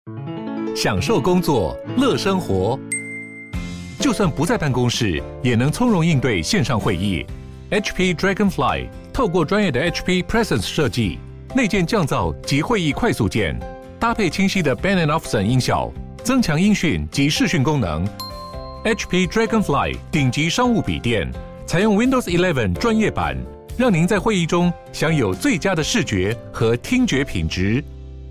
享受工作，乐生活。就算不在办公室，也能从容应对线上会议。HP Dragonfly 透过专业的 HP Presence 设计，内建降噪及会议快速键，搭配清晰的 Bang & Olufsen 音效，增强音讯及视讯功能。HP Dragonfly 顶级商务笔电，采用 Windows 11专业版，让您在会议中享有最佳的视觉和听觉品质。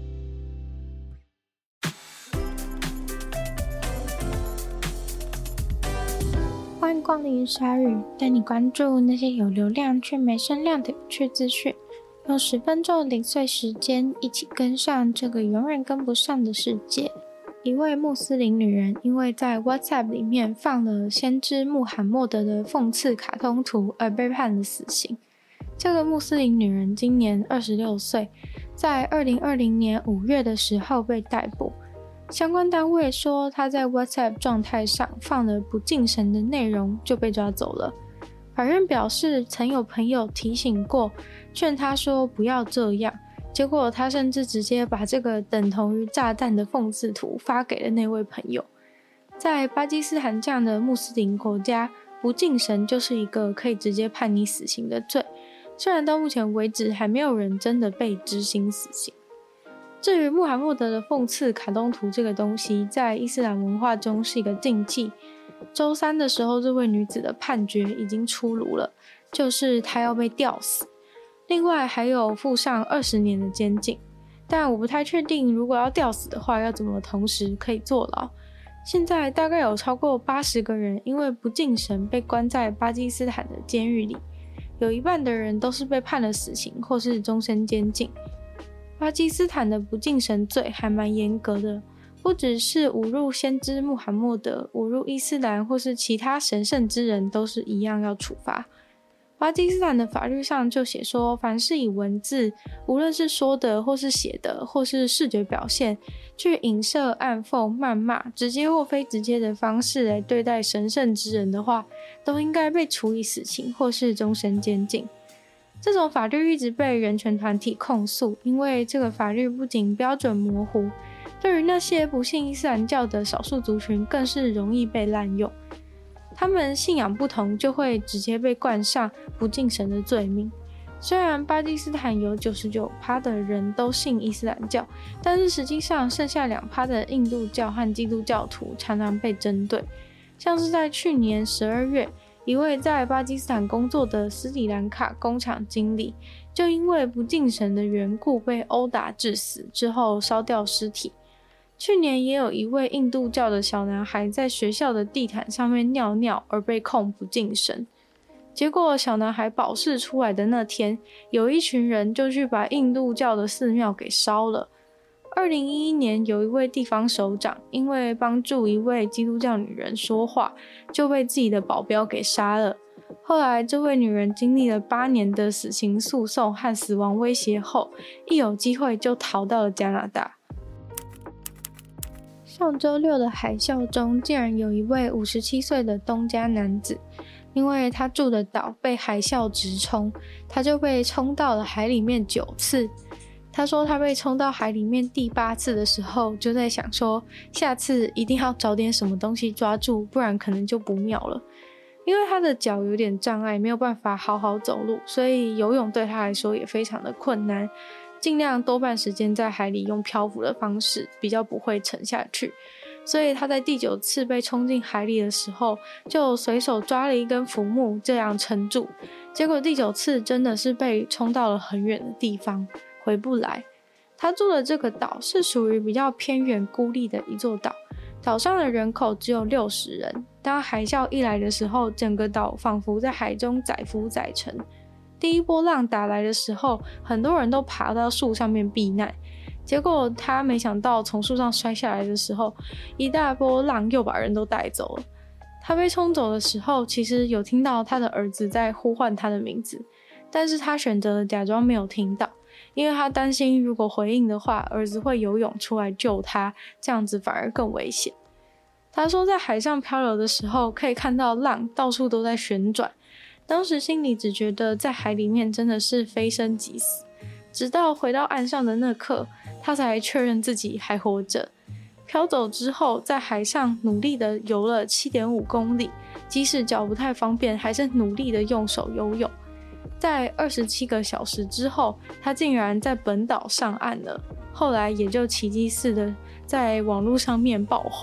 欢迎光临鲨鱼，带你关注那些有流量却没声量的有趣资讯。用10分钟的零碎时间，一起跟上这个永远跟不上的世界。一位穆斯林女人因为在 WhatsApp 里面放了先知穆罕默德的讽刺卡通图而被判了死刑。这个穆斯林女人今年26岁，在2020年5月的时候被逮捕。相关单位说她在 WhatsApp 状态上放了不敬神的内容就被抓走了。法院表示曾有朋友提醒过，劝她说不要这样，结果她甚至直接把这个等同于炸弹的讽刺图发给了那位朋友。在巴基斯坦这样的穆斯林国家，不敬神就是一个可以直接判你死刑的罪，虽然到目前为止还没有人真的被执行死刑。至于穆罕默德的讽刺卡通图这个东西，在伊斯兰文化中是一个禁忌。周三的时候，这位女子的判决已经出炉了，就是她要被吊死，另外还有附上20年的监禁。但我不太确定，如果要吊死的话，要怎么同时可以坐牢。现在大概有超过80个人因为不敬神被关在巴基斯坦的监狱里，有一半的人都是被判了死刑或是终身监禁。巴基斯坦的不敬神罪还蛮严格的，不只是侮辱先知穆罕默德，侮辱伊斯兰或是其他神圣之人都是一样要处罚。巴基斯坦的法律上就写说，凡是以文字，无论是说的或是写的或是视觉表现，去影射、暗讽、谩骂，直接或非直接的方式来对待神圣之人的话，都应该被处以死刑或是终身监禁。这种法律一直被人权团体控诉，因为这个法律不仅标准模糊，对于那些不信伊斯兰教的少数族群更是容易被滥用。他们信仰不同，就会直接被冠上不敬神的罪名。虽然巴基斯坦有 99% 的人都信伊斯兰教，但是实际上剩下 2% 的印度教和基督教徒常常被针对。像是在去年12月，一位在巴基斯坦工作的斯里兰卡工厂经理，就因为不敬神的缘故被殴打致死，之后烧掉尸体。去年也有一位印度教的小男孩在学校的地毯上面尿尿而被控不敬神，结果小男孩保释出来的那天，有一群人就去把印度教的寺庙给烧了。2011年有一位地方首长因为帮助一位基督教女人说话，就被自己的保镖给杀了。后来这位女人经历了8年的死刑诉讼和死亡威胁后，一有机会就逃到了加拿大。上周六的海啸中，竟然有一位57岁的东加男子，因为他住的岛被海啸直冲，他就被冲到了海里面9次。他说他被冲到海里面第8次的时候，就在想说下次一定要找点什么东西抓住，不然可能就不妙了。因为他的脚有点障碍，没有办法好好走路，所以游泳对他来说也非常的困难，尽量多半时间在海里用漂浮的方式，比较不会沉下去。所以他在第9次被冲进海里的时候，就随手抓了一根浮木这样撑住，结果第9次真的是被冲到了很远的地方，回不来。他住的这个岛是属于比较偏远孤立的一座岛，岛上的人口只有60人。当海啸一来的时候，整个岛仿佛在海中载浮载沉。第一波浪打来的时候，很多人都爬到树上面避难，结果他没想到从树上摔下来的时候，一大波浪又把人都带走了。他被冲走的时候，其实有听到他的儿子在呼唤他的名字，但是他选择假装没有听到，因为他担心如果回应的话，儿子会游泳出来救他，这样子反而更危险。他说在海上漂流的时候，可以看到浪到处都在旋转，当时心里只觉得在海里面真的是非生即死，直到回到岸上的那刻， 他才确认自己还活着。飘走之后，在海上努力的游了 7.5 公里，即使脚不太方便，还是努力的用手游泳。在27个小时之后，他竟然在本岛上岸了，后来也就奇迹似的在网络上面爆红。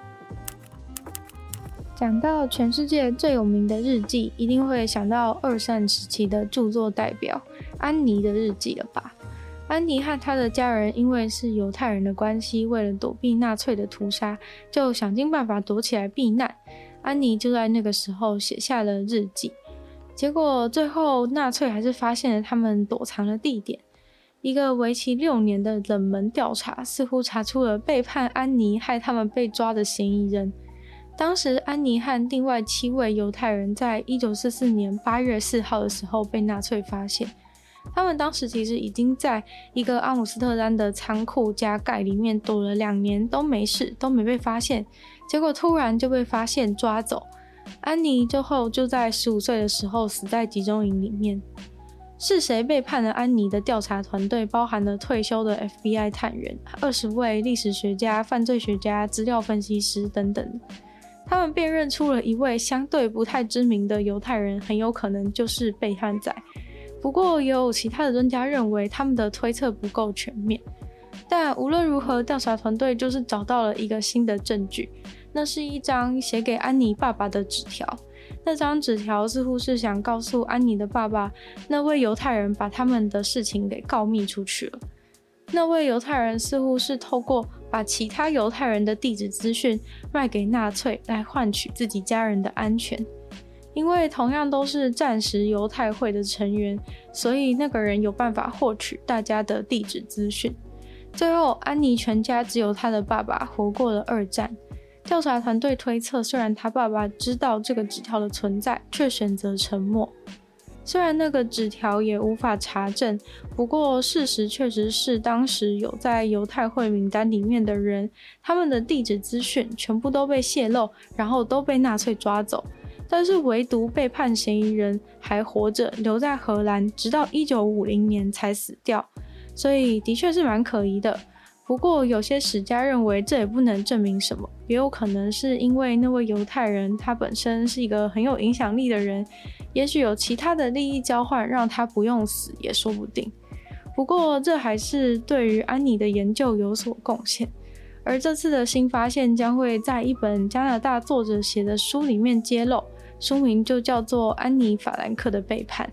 讲到全世界最有名的日记，一定会想到二战时期的著作代表安妮的日记了吧？安妮和她的家人因为是犹太人的关系，为了躲避纳粹的屠杀，就想尽办法躲起来避难。安妮就在那个时候写下了日记。结果最后纳粹还是发现了他们躲藏的地点。一个为期6年的冷门调查似乎查出了背叛安妮害他们被抓的嫌疑人。当时安妮和另外7位犹太人在1944年8月4号的时候被纳粹发现。他们当时其实已经在一个阿姆斯特丹的仓库加盖里面躲了2年都没事，都没被发现，结果突然就被发现抓走。安妮最后就在15岁的时候死在集中营里面。是谁背叛了安妮的调查团队包含了退休的 FBI 探员、20位历史学家、犯罪学家、资料分析师等等。他们辨认出了一位相对不太知名的犹太人，很有可能就是背叛仔。不过也有其他的专家认为他们的推测不够全面。但无论如何，调查团队就是找到了一个新的证据，那是一张写给安妮爸爸的纸条。那张纸条似乎是想告诉安妮的爸爸，那位犹太人把他们的事情给告密出去了。那位犹太人似乎是透过把其他犹太人的地址资讯卖给纳粹来换取自己家人的安全。因为同样都是战时犹太会的成员，所以那个人有办法获取大家的地址资讯。最后，安妮全家只有她的爸爸活过了2战。调查团队推测，虽然他爸爸知道这个纸条的存在，却选择沉默。虽然那个纸条也无法查证，不过事实确实是当时有在犹太会名单里面的人，他们的地址资讯全部都被泄露，然后都被纳粹抓走。但是唯独背叛嫌疑人还活着，留在荷兰，直到1950年才死掉，所以的确是蛮可疑的。不过有些史家认为这也不能证明什么，也有可能是因为那位犹太人他本身是一个很有影响力的人，也许有其他的利益交换让他不用死也说不定。不过这还是对于安妮的研究有所贡献。而这次的新发现将会在一本加拿大作者写的书里面揭露，书名就叫做《安妮·法兰克的背叛》。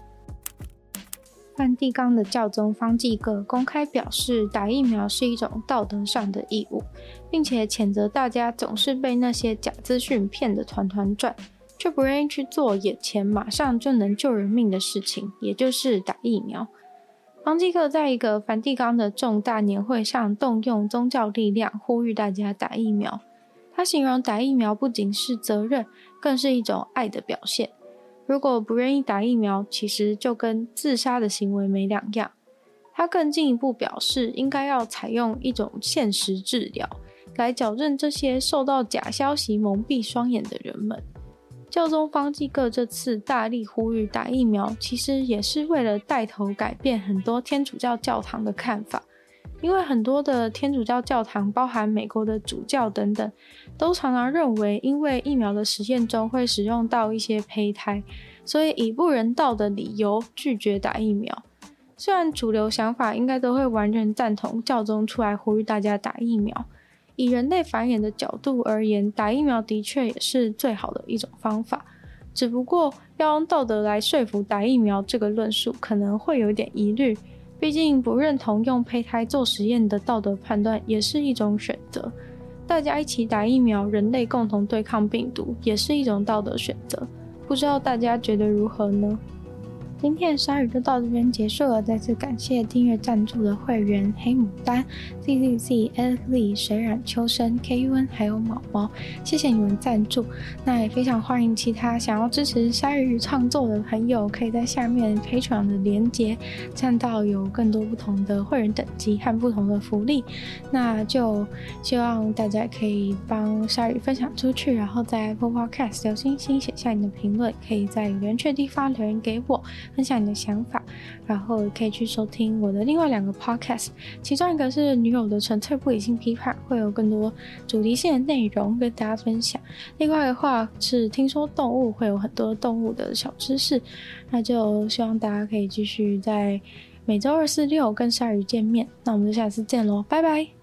梵蒂冈的教宗方济各公开表示，打疫苗是一种道德上的义务，并且谴责大家总是被那些假资讯骗得团团转，却不愿意去做眼前马上就能救人命的事情，也就是打疫苗。方济各在一个梵蒂冈的重大年会上动用宗教力量，呼吁大家打疫苗。他形容打疫苗不仅是责任，更是一种爱的表现。如果不愿意打疫苗，其实就跟自杀的行为没两样。他更进一步表示，应该要采用一种现实治疗，来矫正这些受到假消息蒙蔽双眼的人们。教宗方济各这次大力呼吁打疫苗，其实也是为了带头改变很多天主教教堂的看法。因为很多的天主教教堂，包含美国的主教等等，都常常认为因为疫苗的实验中会使用到一些胚胎，所以以不人道的理由拒绝打疫苗。虽然主流想法应该都会完全赞同教宗出来呼吁大家打疫苗，以人类繁衍的角度而言，打疫苗的确也是最好的一种方法，只不过要用道德来说服打疫苗这个论述可能会有点疑虑，毕竟不认同用胚胎做实验的道德判断也是一种选择，大家一起打疫苗，人类共同对抗病毒也是一种道德选择，不知道大家觉得如何呢？今天的鲨鱼就到这边结束了，再次感谢订阅赞助的会员黑牡丹、ZZZ、Alex、水染秋生、KUN 还有毛毛，谢谢你们赞助。那也非常欢迎其他想要支持鲨鱼创作的朋友，可以在下面 Patreon 的连结看到有更多不同的会员等级和不同的福利。那就希望大家可以帮鲨鱼分享出去，然后在 Apple Podcast 留星星，写下你的评论，可以在有缘区的地方留言给我。 分享你的想法，然后也可以去收听我的另外2个 podcast， 其中一个是女友的纯粹不理性批判，会有更多主题性的内容跟大家分享，另外的话是听说动物，会有很多动物的小知识，那就希望大家可以继续在每周2、4、6跟鲨鱼见面，那我们就下次见咯，拜拜。